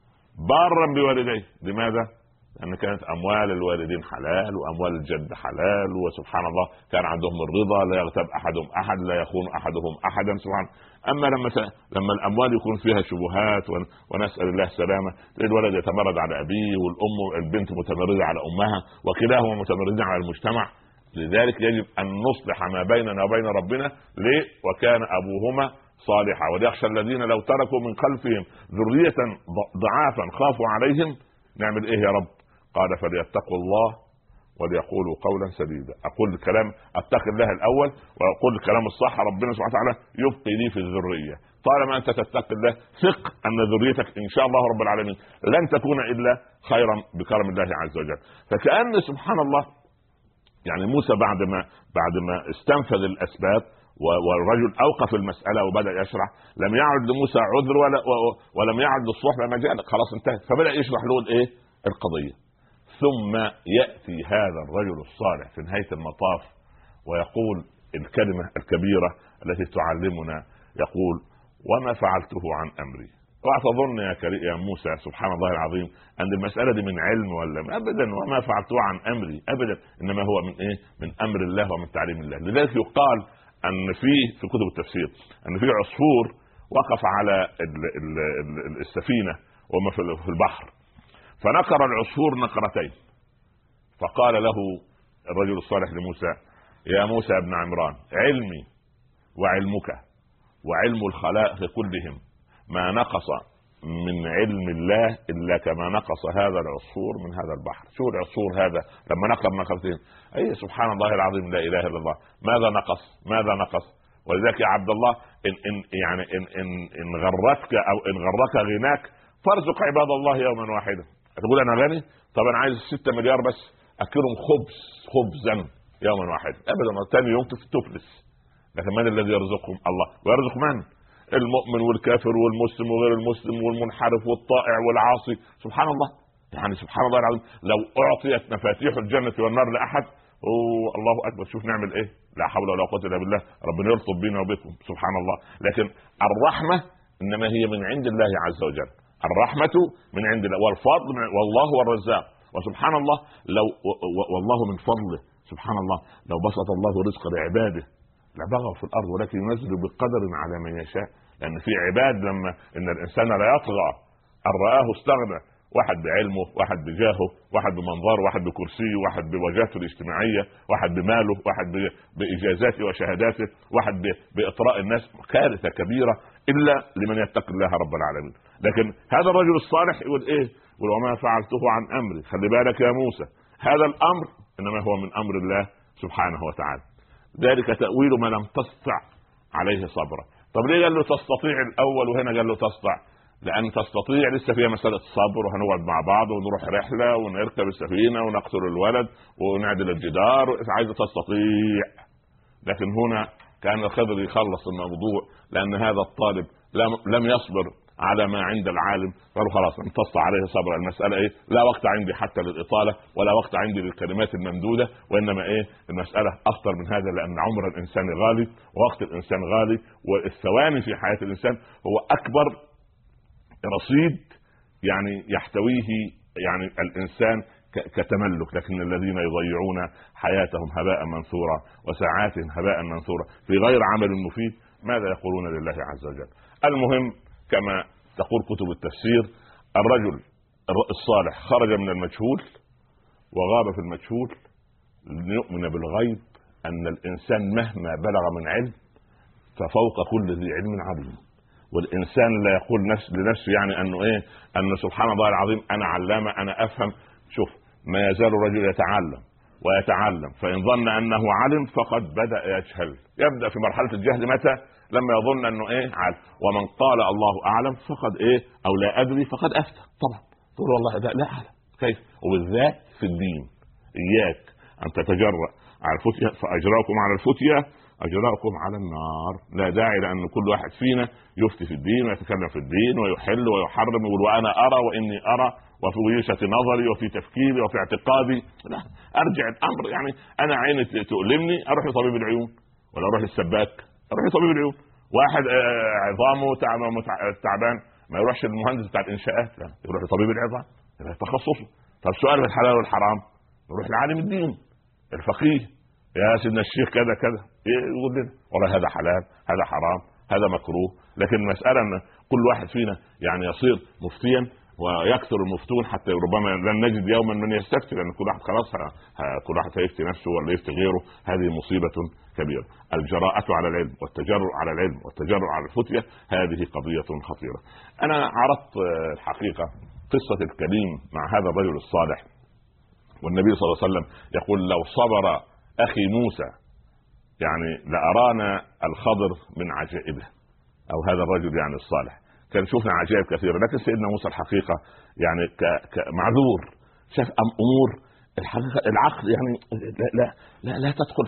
بارا بوالديه. لماذا؟ لأن كانت أموال الوالدين حلال وأموال الجد حلال، وسبحان الله كان عندهم الرضا، لا يغتاب أحدهم أحد، لا يخون أحدهم أحدا. سبحان. أما لما الأموال يكون فيها شبهات ونسأل الله السلامة، الولد يتمرد على أبيه والأم البنت متمردة على أمها وكلاهما متمردين على المجتمع. لذلك يجب أن نصلح ما بيننا وبين ربنا. ليه؟ وكان أبوهما صالحا وليخشى الذين لو تركوا من خلفهم ذرية ضعافا خافوا عليهم. نعمل إيه يا رب؟ قال فليتقوا الله وليقولوا قولا سديدا. اقول الكلام اتقي الله الاول واقول الكلام الصح، ربنا سبحانه وتعالى يبقي لي في الذريه. طالما انت تتقي الله ثق ان ذريتك ان شاء الله رب العالمين لن تكون الا خيرا بكرم الله عز وجل. فكأن سبحان الله يعني موسى بعد ما استنفذ الاسباب والرجل اوقف المساله وبدا يشرح، لم يعد لموسى عذر ولم يعد للصحبه مجال، خلاص انتهت. فبدا يشرح له الايه؟ القضيه. ثم يأتي هذا الرجل الصالح في نهاية المطاف ويقول الكلمة الكبيرة التي تعلمنا، يقول وما فعلته عن أمري. واعتظن يا موسى سبحان الله العظيم أن المسألة دي من علم ولا أبدا، وما فعلته عن أمري أبدا، إنما هو من إيه؟ من أمر الله ومن تعليم الله. لذلك يقال أن في كتب التفسير أن في عصفور وقف على السفينة وما في البحر، فنقر العصفور نقرتين، فقال له الرجل الصالح لموسى يا موسى ابن عمران علمي وعلمك وعلم الخلائق كلهم ما نقص من علم الله إلا كما نقص هذا العصفور من هذا البحر. شو العصفور هذا لما نقر نقرتين؟ أي سبحان الله العظيم لا إله إلا الله. ماذا نقص؟ ولذلك يا عبد الله إن غرتك أو إن غرك غناك فارزق عباد الله يوما واحدا. تقول انا غني، طب انا عايز 6 مليار بس اكلهم خبزا يوما واحدا. ابدا ثاني يوم تفلس. لكن من الذي يرزقهم؟ الله. ويرزق من؟ المؤمن والكافر والمسلم وغير المسلم والمنحرف والطائع والعاصي. سبحان الله. يعني سبحان الله العظيم لو اعطيت مفاتيح الجنه والنار لاحد الله اكبر، شوف نعمل ايه. لا حول ولا قوه الا بالله. ربنا يرطب بينا وبكم سبحان الله. لكن الرحمه انما هي من عند الله عز وجل. الرحمة من عند الله والفضل والله هو الرزاق. وسبحان الله والله من فضله سبحان الله لو بسط الله رزق لعباده لبغوا في الأرض، ولكن ينزل بقدر على من يشاء. لأن في عباد لما إن الإنسان لا يطغى أن رآه استغنى، واحد بعلمه، واحد بجاهه، واحد بمنظره، واحد بكرسيه، واحد بوجهته الاجتماعية، واحد بماله، واحد بإجازاته وشهاداته، واحد بإطراء الناس. كارثة كبيرة إلا لمن يتقي الله رب العالمين. لكن هذا الرجل الصالح يقول ايه؟ يقول وما فعلته عن امري. خلي بالك يا موسى هذا الامر انما هو من امر الله سبحانه وتعالى. ذلك تأويل ما لم تستطع عليه صبرا. طب ليه قال له تستطيع الاول وهنا قال له تستطيع؟ لان تستطيع لسه فيها مسألة صبر، وهنقعد مع بعض ونروح رحلة ونركب السفينة ونقتل الولد ونعدل الجدار، عايز تستطيع. لكن هنا كان الخضر يخلص الموضوع، لان هذا الطالب لم يصبر على ما عند العالم، قالوا خلاص امتص عليه صبر. المسألة ايه؟ لا وقت عندي حتى للإطالة ولا وقت عندي للكلمات الممدودة، وإنما ايه؟ المسألة أخطر من هذا، لأن عمر الإنسان غالي ووقت الإنسان غالي، والثواني في حياة الإنسان هو أكبر رصيد يعني يحتويه يعني الإنسان كتملك. لكن الذين يضيعون حياتهم هباء منثورا وساعاتهم هباء منثورا في غير عمل مفيد، ماذا يقولون لله عز وجل؟ المهم كما تقول كتب التفسير الرجل الصالح خرج من المجهول وغاب في المجهول لنؤمن بالغيب أن الإنسان مهما بلغ من علم ففوق كل ذي علم عليم. والإنسان لا يقول لنفسه يعني أنه إيه؟ أنه سبحان الله العظيم أنا علامة أنا أفهم. شوف ما يزال الرجل يتعلم ويتعلم، فإن ظن أنه علم فقد بدأ يجهل. يبدأ في مرحلة الجهل متى؟ لما يظن أنه إيه؟ علم. ومن قال الله أعلم فقد إيه؟ أو لا أدري فقد أفتى. طبعا تقول والله لا أعلم كيف؟ وبالذات في الدين. إياك أن تتجرأ على الفتية، فأجراكم على الفتية أجراكم على النار. لا داعي لأن كل واحد فينا يفتي في الدين ويتكلم في الدين ويحل ويحرم ويقول وأنا أرى وإني أرى وفي وجهة نظري وفي تفكيري وفي اعتقادي. لا، أرجع الأمر. يعني أنا عيني تؤلمني أروح لطبيب العيون، ولا أروح للسباك، أروح لطبيب العيون. واحد عظامه تعبان ما يروحش للمهندس بتاع الإنشاءات، لا يروح لطبيب العظام تخصصه. طب سؤال الحلال والحرام نروح لعالم الدين الفقيه، يا سيدنا الشيخ كذا كذا يقول لنا والله هذا حلال هذا حرام هذا مكروه. لكن المسألة ان كل واحد فينا يعني يصير مفتيا ويكثر المفتون حتى ربما لن نجد يوما من يستفتي، لان كل واحد خلاص كل واحد هيفتي نفسه ولا يفتي غيره. هذه مصيبة كبيرة. الجراءة على العلم والتجرؤ على العلم والتجرؤ على الفتية هذه قضية خطيرة. انا عرضت الحقيقة قصة الكريم مع هذا الرجل الصالح، والنبي صلى الله عليه وسلم يقول لو صبر أخي موسى يعني لأرانا الخضر من عجائبه، أو هذا الرجل يعني الصالح كان شوفنا عجائب كثيرة. لكن سيدنا موسى الحقيقة يعني معذور، شاف أمور الحقيقة العقل يعني لا تدخل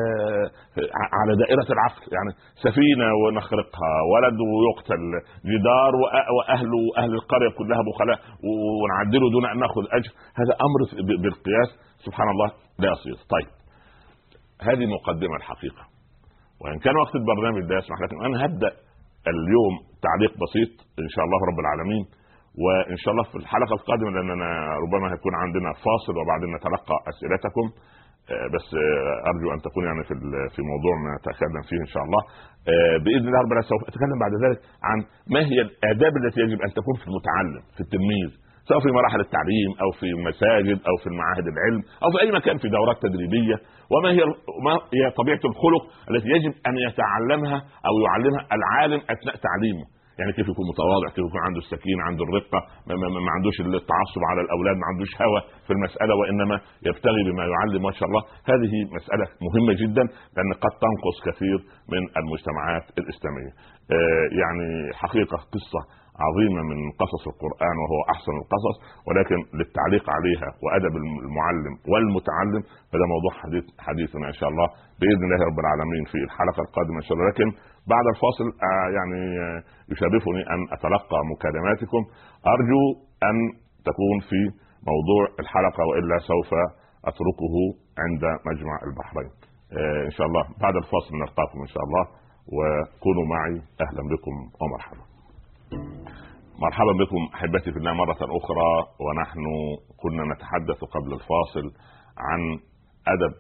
على دائرة العقل. يعني سفينة ونخرقها، ولد ويقتل، جدار أهل القرية كلها بخلاء ونعدله دون أن نأخذ أجر. هذا أمر بالقياس سبحان الله لا يصير. طيب هذه مقدمة الحقيقة، وإن كان وقت البرنامج لا يسمح، لكن أنا هبدأ اليوم تعليق بسيط إن شاء الله رب العالمين، وإن شاء الله في الحلقة القادمة لأننا ربما هيكون عندنا فاصل وبعدين نتلقى أسئلتكم، بس أرجو أن تكون يعني في موضوع نتكلم فيه إن شاء الله بإذن الله رب العالمين. سوف أتكلم بعد ذلك عن ما هي الآداب التي يجب أن تكون في المتعلم في التلميذ، سواء في مراحل التعليم أو في المساجد أو في المعاهد العلم أو في أي مكان في دورات تدريبية، وما هي طبيعة الخلق التي يجب أن يتعلمها أو يعلمها العالم أثناء تعليمه. يعني كيف يكون متواضع، كيف يكون عنده السكينة، عنده الرقة، ما عندوش التعصب على الأولاد، ما عندوش هوى في المسألة، وإنما يبتغي بما يعلم ما شاء الله. هذه مسألة مهمة جدا لأن قد تنقص كثير من المجتمعات الإسلامية. يعني حقيقة قصة عظيمة من قصص القرآن وهو أحسن القصص، ولكن للتعليق عليها وأدب المعلم والمتعلم فده موضوع حديثنا إن شاء الله بإذن الله رب العالمين في الحلقة القادمة إن شاء الله. لكن بعد الفاصل يعني يشرفني أن أتلقى مكالماتكم، أرجو أن تكون في موضوع الحلقة وإلا سوف أتركه عند مجمع البحرين إن شاء الله. بعد الفاصل نلقاكم إن شاء الله، وكونوا معي. أهلا بكم ومرحبا. مرحبا بكم أحبتي في الله مرة أخرى، ونحن كنا نتحدث قبل الفاصل عن أدب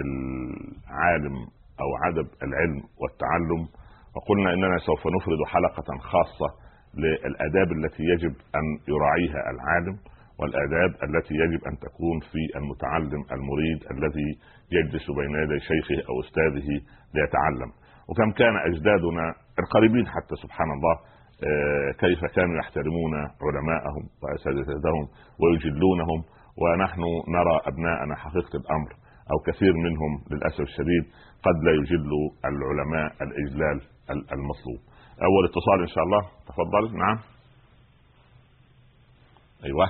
العالم أو أدب العلم والتعلم، وقلنا إننا سوف نفرد حلقة خاصة للآداب التي يجب أن يراعيها العالم، والآداب التي يجب أن تكون في المتعلم المريد الذي يجلس بين يدي شيخه أو أستاذه ليتعلم. وكم كان أجدادنا القريبين حتى سبحان الله كيف كانوا يحترمون علماءهم وأساتذتهم ويجلونهم، ونحن نرى أبناءنا حقيقة الأمر أو كثير منهم للأسف الشديد قد لا يجلوا العلماء الإجلال المطلوب. أول اتصال إن شاء الله، تفضل. نعم أيوة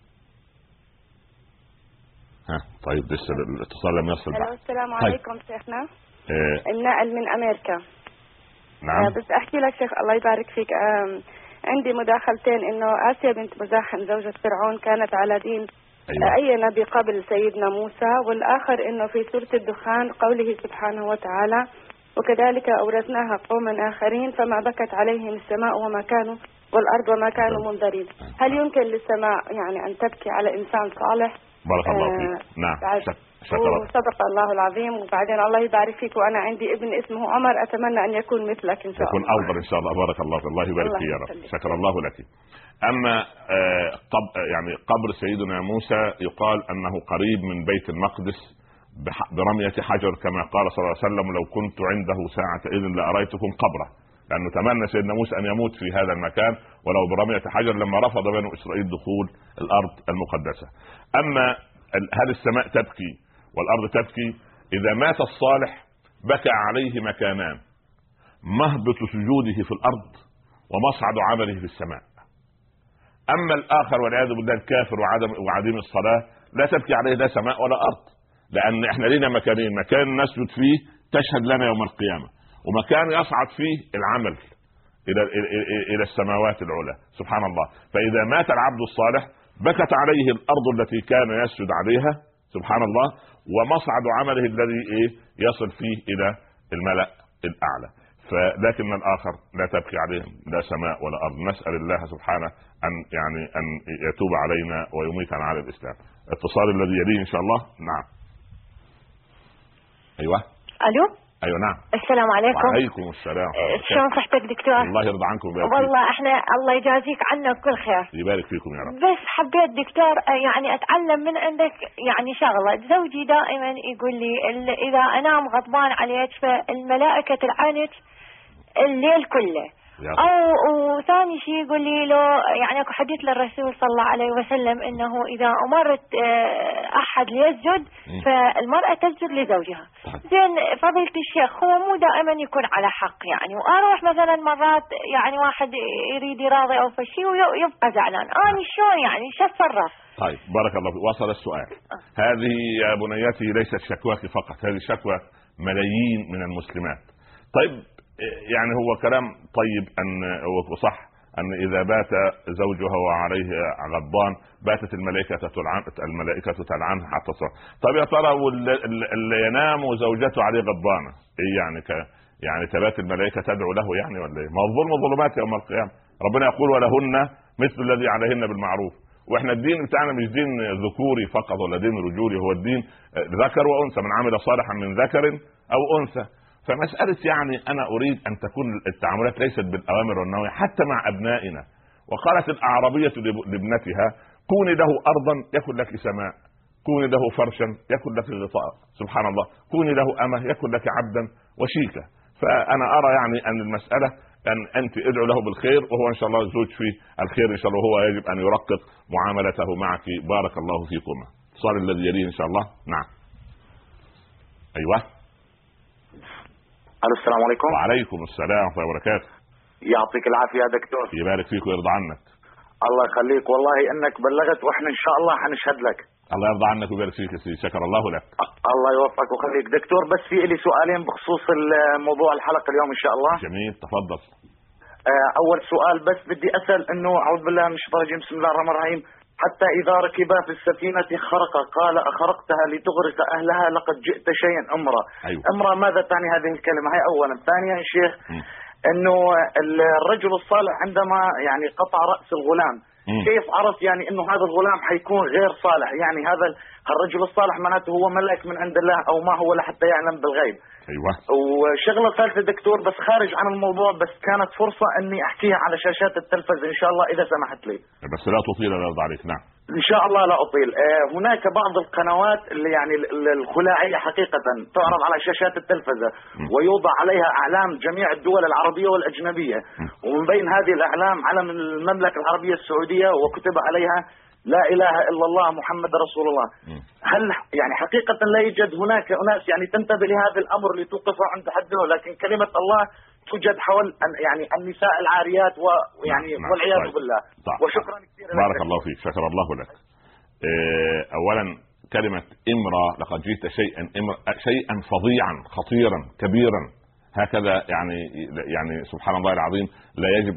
طيب لسه الاتصال لم يصل بعد. السلام عليكم شيخنا. النائل من أمريكا. نعم. بس أحكي لك شيخ الله يبارك فيك، عندي مداخلتين. إنه آسيا بنت مزاحم زوجة فرعون كانت على دين أي نبي قبل سيدنا موسى، والآخر إنه في سورة الدخان قوله سبحانه وتعالى وكذلك أورثناها قوما آخرين فما بكت عليهم السماء وما كانوا والأرض وما كانوا منذرين. هل يمكن للسماء يعني أن تبكي على إنسان صالح؟ بارك الله فيك. نعم صدق الله العظيم. وبعدين الله يبارك فيك، وأنا عندي ابن اسمه عمر أتمنى أن يكون مثلك إن شاء الله. يكون أفضل إن شاء الله. بارك الله فيك. الله يبارك فيك يا رب. شكر الله لك. أما يعني قبر سيدنا موسى يقال أنه قريب من بيت المقدس برمية حجر، كما قال صلى الله عليه وسلم لو كنت عنده ساعة إذن لأريتكم قبره، لأنه تمنى سيدنا موسى أن يموت في هذا المكان ولو برمية حجر لما رفض بنو إسرائيل دخول الأرض المقدسة. أما هل السماء تبكي والأرض تبكي؟ إذا مات الصالح بكى عليه مكانان: مهبط سجوده في الأرض ومصعد عمله في السماء. أما الآخر والعياذ بالله الكافر وعديم الصلاة لا تبكي عليه لا سماء ولا ارض، لان احنا لينا مكانين، مكان نسجد فيه تشهد لنا يوم القيامه، ومكان يصعد فيه العمل الى السماوات العلى سبحان الله. فاذا مات العبد الصالح بكت عليه الارض التي كان يسجد عليها سبحان الله، ومصعد عمله الذي يصل فيه الى الملأ الاعلى. فلكن الاخر لا تبكي عليهم لا سماء ولا ارض. نسال الله سبحانه ان يتوب علينا ويميتنا على الاسلام. اتصال الذي يليه ان شاء الله. نعم. ايوه. الو. ايوه نعم. السلام عليكم. وعليكم السلام. شلون صحتك دكتور؟ الله يرضى عنكم ويبارك والله احنا الله يجازيك عنا كل خير. يبارك فيكم يا رب. بس حبيت دكتور يعني اتعلم من عندك يعني شغله. زوجي دائما يقول لي اذا انام غضبان عليك فالملائكه تلعنك الليل كله. وثاني شيء يقول لي لو يعني اكو حديث للرسول صلى الله عليه وسلم انه اذا امرت احد ليسجد فالمرأة تسجد لزوجها. زين فضيلة الشيخ هو مو دائما يكون على حق يعني، واروح مثلا مرات يعني واحد يريد يراضي او فشي ويبقى زعلان، انا شلون يعني شو اتصرف؟ طيب بارك الله فيك. وصل السؤال. هذه يا بنيتي ليست شكواك فقط، هذه شكوى ملايين من المسلمات. طيب يعني هو كلام طيب وصح ان اذا بات زوجها وعليه غضبان باتت الملائكه تلعنه حتى تصح. طب يا ترى اللي ينام وزوجته عليه غضبانه ايه يعني تبات الملائكه تدعو له يعني ولا ايه؟ ما الظلم ظلمات يوم القيامه. ربنا يقول ولهن مثل الذي عليهن بالمعروف. واحنا الدين بتاعنا مش دين ذكوري فقط ولا دين رجولي، هو الدين ذكر وانثى، من عمل صالحا من ذكر او انثى. فمسألة يعني أنا أريد أن تكون التعاملات ليست بالأوامر والنواهي حتى مع أبنائنا. وقالت الأعرابية لابنتها كوني له أرضا يكن لك سماء، كوني له فرشا يكن لك غطاء سبحان الله، كوني له أمة يكن لك عبدا وشيكا. فأنا أرى يعني أن المسألة أن أنت ادعو له بالخير، وهو إن شاء الله زوج فيه الخير إن شاء الله، وهو يجب أن يرقق معاملته معك. بارك الله فيكما. صار الذي يليه إن شاء الله. نعم. أيوة. السلام عليكم. وعليكم السلام ورحمة الله وبركاته. يعطيك العافية يا دكتور. يبارك فيك ويرضى عنك. الله يخليك، والله انك بلغت واحنا ان شاء الله حنشهد لك. الله يرضى عنك ويبارك فيك يا سيدي، شكر الله لك. الله يوفقك ويخليك دكتور. بس في لي سؤالين بخصوص موضوع الحلقة اليوم ان شاء الله. جميل تفضل. اول سؤال بس بدي اسال انه اعوذ بالله من الشيطان الرجيم بسم الله الرحمن الرحيم. حتى إذا ركبا في السفينة خرق قال أخرقتها لتغرق أهلها لقد جئت شيئا أمرا. أيوة. أمرا ماذا تعني هذه الكلمة؟ هي أولا. ثانيا شيخ أنه الرجل الصالح عندما يعني قطع رأس الغلام كيف عرف يعني أنه هذا الغلام حيكون غير صالح؟ يعني هذا الرجل الصالح معناته هو ملك من عند الله أو ما هو لحتى يعلم بالغيب. أيوة. وشغلة ثالثة دكتور بس خارج عن الموضوع، بس كانت فرصة أني أحكيها على شاشات التلفزة إن شاء الله إذا سمحت لي. بس لا تطيل الله يرضى عليك. نعم إن شاء الله لا أطيل. هناك بعض القنوات اللي يعني الخلاعية حقيقة تعرض على شاشات التلفزة ويوضع عليها أعلام جميع الدول العربية والأجنبية، ومن بين هذه الأعلام علم المملكة العربية السعودية وكتب عليها لا إله إلا الله محمد رسول الله. هل يعني حقيقة لا يوجد هناك أناس يعني تنتبه لهذا الأمر لتوقفه عند حده، لكن كلمة الله توجد حول يعني النساء العاريات ويعني والعياذ بالله. وشكرا كثيرا. بارك الله فيك، شكر الله لك. أولا كلمة إمرأة لقد جئت شيئا فظيعا خطيرا كبيرا، هكذا يعني سبحان الله العظيم لا يجب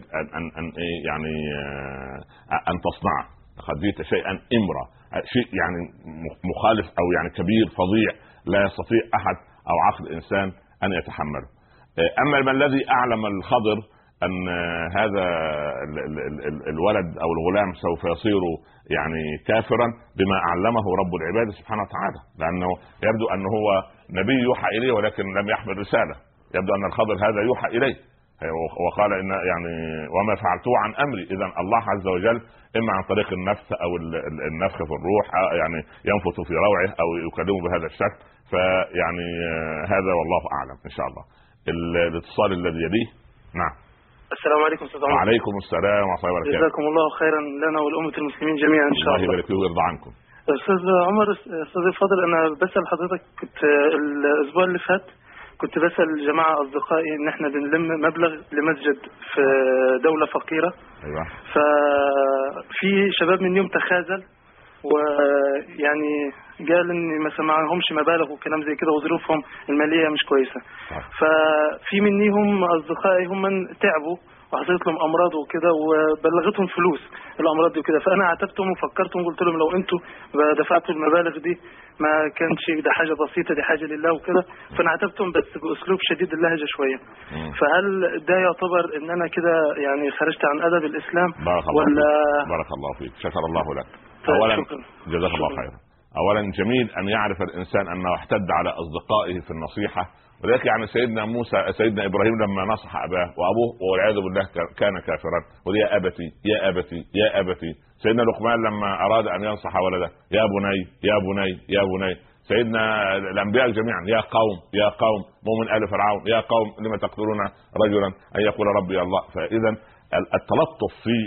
أن تصنعه. لقد جئت شيئا إمرأة، شيء يعني مخالف أو يعني كبير فظيع لا يستطيع أحد أو عقل إنسان أن يتحمله. أما ما الذي أعلم الخضر أن هذا الولد أو الغلام سوف يصير يعني كافرا بما أعلمه رب العباد سبحانه وتعالى، لأنه يبدو أنه هو نبي يوحى إليه ولكن لم يحمل رسالة. يبدو أن الخضر هذا يوحى إليه، وقال إن يعني وما فعلته عن أمري. إذن الله عز وجل إما عن طريق النفس أو النفخ في الروح يعني ينفث في روعه أو يكلمه بهذا الشكل. فيعني هذا والله أعلم إن شاء الله. الاتصال الذي يليه. نعم. السلام عليكم استاذ عمر. وعليكم السلام ورحمه الله وبركاته. جزاكم الله خيرا لنا ولأمة المسلمين جميعا ان شاء الله. الله يبارك فيك ويرضى عنكم. استاذ عمر استاذ الفاضل، انا بسأل حضرتك، كنت الاسبوع اللي فات كنت بسأل جماعة اصدقائي ان احنا بنلم مبلغ لمسجد في دولة فقيرة. ايوه. ففي شباب من يوم تخاذل يعني قال اني مثلا معهمش مبالغ وكلام زي كده وظروفهم الماليه مش كويسه. ففي منيهم اصدقائي هم من تعبوا وحصلت لهم امراض وكده وبلغتهم فلوس الامراض دي وكده، فانا عاتبتهم وفكرتهم وقلت لهم لو انتوا دفعتوا المبالغ دي ما كانش ده حاجه بسيطه، دي حاجه لله وكده. فانا عاتبتهم بس باسلوب شديد اللهجه شويه. فهل ده يعتبر ان انا كده يعني خرجت عن ادب الاسلام ولا؟ بارك الله فيك، شكر الله لك. اولا جزاك الله خيرا. اولا جميل ان يعرف الانسان انه احتد على اصدقائه في النصيحه، ولذلك يعني سيدنا ابراهيم لما نصح اباه وابوه والعياذ بالله كان كافرا، قل يا ابتي يا ابتي يا ابتي. سيدنا لقمان لما اراد ان ينصح ولده يا بني يا بني يا بني. سيدنا الانبياء جميعا يا قوم يا قوم، مؤمن ال فرعون يا قوم لما تقتلون رجلا ان يقول ربي الله. فاذا التلطف في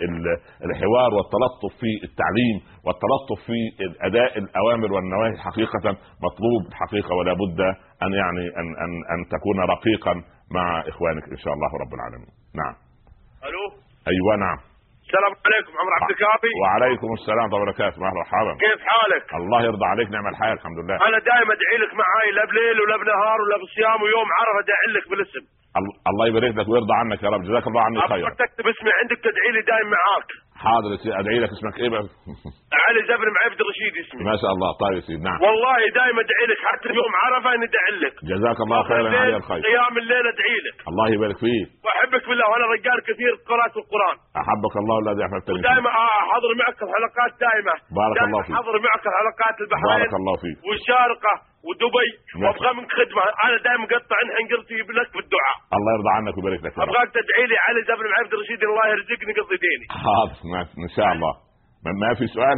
الحوار والتلطف في التعليم والتلطف في اداء الاوامر والنواهي حقيقه مطلوب حقيقه، ولا بد ان يعني ان تكون رقيقا مع اخوانك ان شاء الله رب العالمين. نعم. الو. ايوه نعم. السلام عليكم عمر عبد الكافي. وعليكم السلام ورحمه الله وبركاته. مرحبا. كيف حالك؟ الله يرضى عليك، نعم الحال الحمد لله. انا دائما ادعي لك معاي، لا بليل ولا بنهار ولا بصيام، ويوم عرفه ادعي لك بالاسم. الله يبارك لك ويرضى عنك يا رب، جزاك الله عني خير. ابغى تكتب اسمي عندك تدعي لي دائما معاك. حاضر يا سيدي، ادعي لك. اسمك ايه بقى؟ علي زبر معبد رشيد اسمي. ما شاء الله. طيب يا سيدي. نعم والله دائما ادعي لك، حتى يوم عرفه اني ادعي لك. جزاك الله خيرا علي الخير. قيام الليل ادعي لك. الله يبارك فيك. واحبك بالله، وانا رجال كثير قراءة القران. احبك الله الذي احببتني. ودائما احضر معك الحلقات دائما. بارك الله فيك. احضر معك الحلقات البحرين. بارك الله فيك. والشارقه ودبي، وابغى منك خدمه، انا دائما مقطع حنقرتي لك بالدعاء. الله يرضى عنك ويبارك لك. ابغاك تدعي لي علي زبر معبد رشيد، الله يرزقني قضي ديني. حاضر ان شاء الله. ما في سؤال؟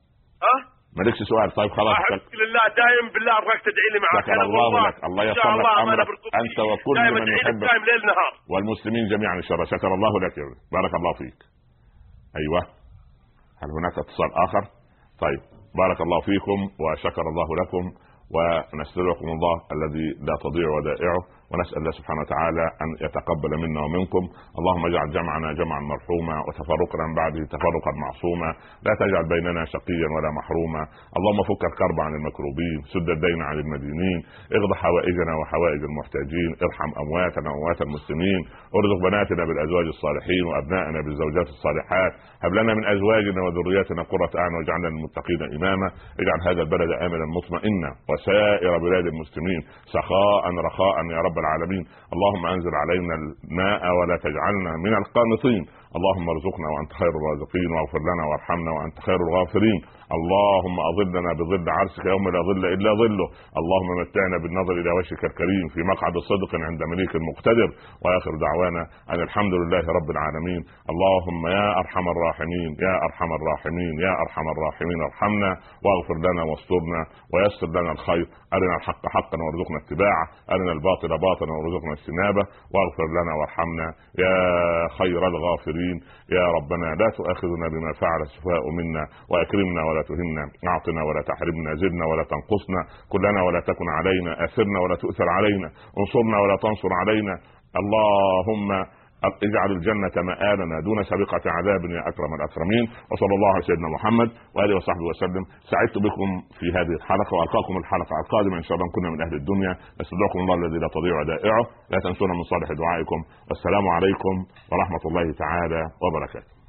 مالكش سؤال؟ طيب خلاص. احبك لله دائما بالله، ابغاك تدعي لي معك. شكر الله لك، الله يسر لك امرك انت وكل من يحبك دائما ليل نهار، والمسلمين جميعا ان شاء الله. شكر الله لك يا رب. بارك الله فيك. ايوه. هل هناك اتصال اخر؟ طيب بارك الله فيكم وشكر الله لكم، ونستودعكم الله الذي لا تضيع ودائعه، ونسأل الله سبحانه وتعالى أن يتقبل منا ومنكم. اللهم اجعل جمعنا جمعا مرحوما وتفرقنا من بعده تفرقا معصوما، لا تجعل بيننا شقيا ولا محروما. اللهم فك الكرب عن المكروبين، سد الدين عن المدينين، اغض حوائجنا وحوائج المحتاجين، ارحم أمواتنا وأموات المسلمين، ارزق بناتنا بالأزواج الصالحين وأبنائنا بالزوجات الصالحات، هب لنا من أزواجنا وذرياتنا قرة أعين واجعلنا للمتقين إماما. اجعل هذا البلد آمنا مطمئنا وسائر بلاد المسلمين سخاء رخاء يا رب العالمين. اللهم انزل علينا الماء ولا تجعلنا من القانطين. اللهم ارزقنا وانت خير الرازقين، واغفر لنا وارحمنا وانت خير الغافرين. اللهم اظلنا بظل عرشك يوم لا ظل الا ظله. اللهم متعنا بالنظر الى وجهك الكريم في مقعد صدق عند مليك مقتدر. واخر دعوانا ان الحمد لله رب العالمين. اللهم يا ارحم الراحمين يا ارحم الراحمين يا ارحم الراحمين ارحمنا واغفر لنا واسترنا ويسر لنا الخير. ارنا الحق حقا وارزقنا اتباعه، ارنا الباطل باطلا وارزقنا اجتنابه، واغفر لنا وارحمنا يا خير الغافرين. يا ربنا لا تؤاخذنا بما فعل السفهاء منا، واكرمنا ولا تهنا، اعطنا ولا تحرمنا، زدنا ولا تنقصنا، كلنا ولا تكن علينا، اثرنا ولا تؤثر علينا، انصرنا ولا تنصر علينا. اللهم اجعل الجنة مآلنا دون سابقة عذاب يا أكرم الأكرمين. وصلى الله على سيدنا محمد وآله وصحبه وسلم. سعدت بكم في هذه الحلقة، وألقاكم الحلقة القادمة إن شاء الله. كنا من أهل الدنيا، نستودعكم الله الذي لا تضيع ودائعه، لا تنسونا من صالح دعائكم. والسلام عليكم ورحمة الله تعالى وبركاته.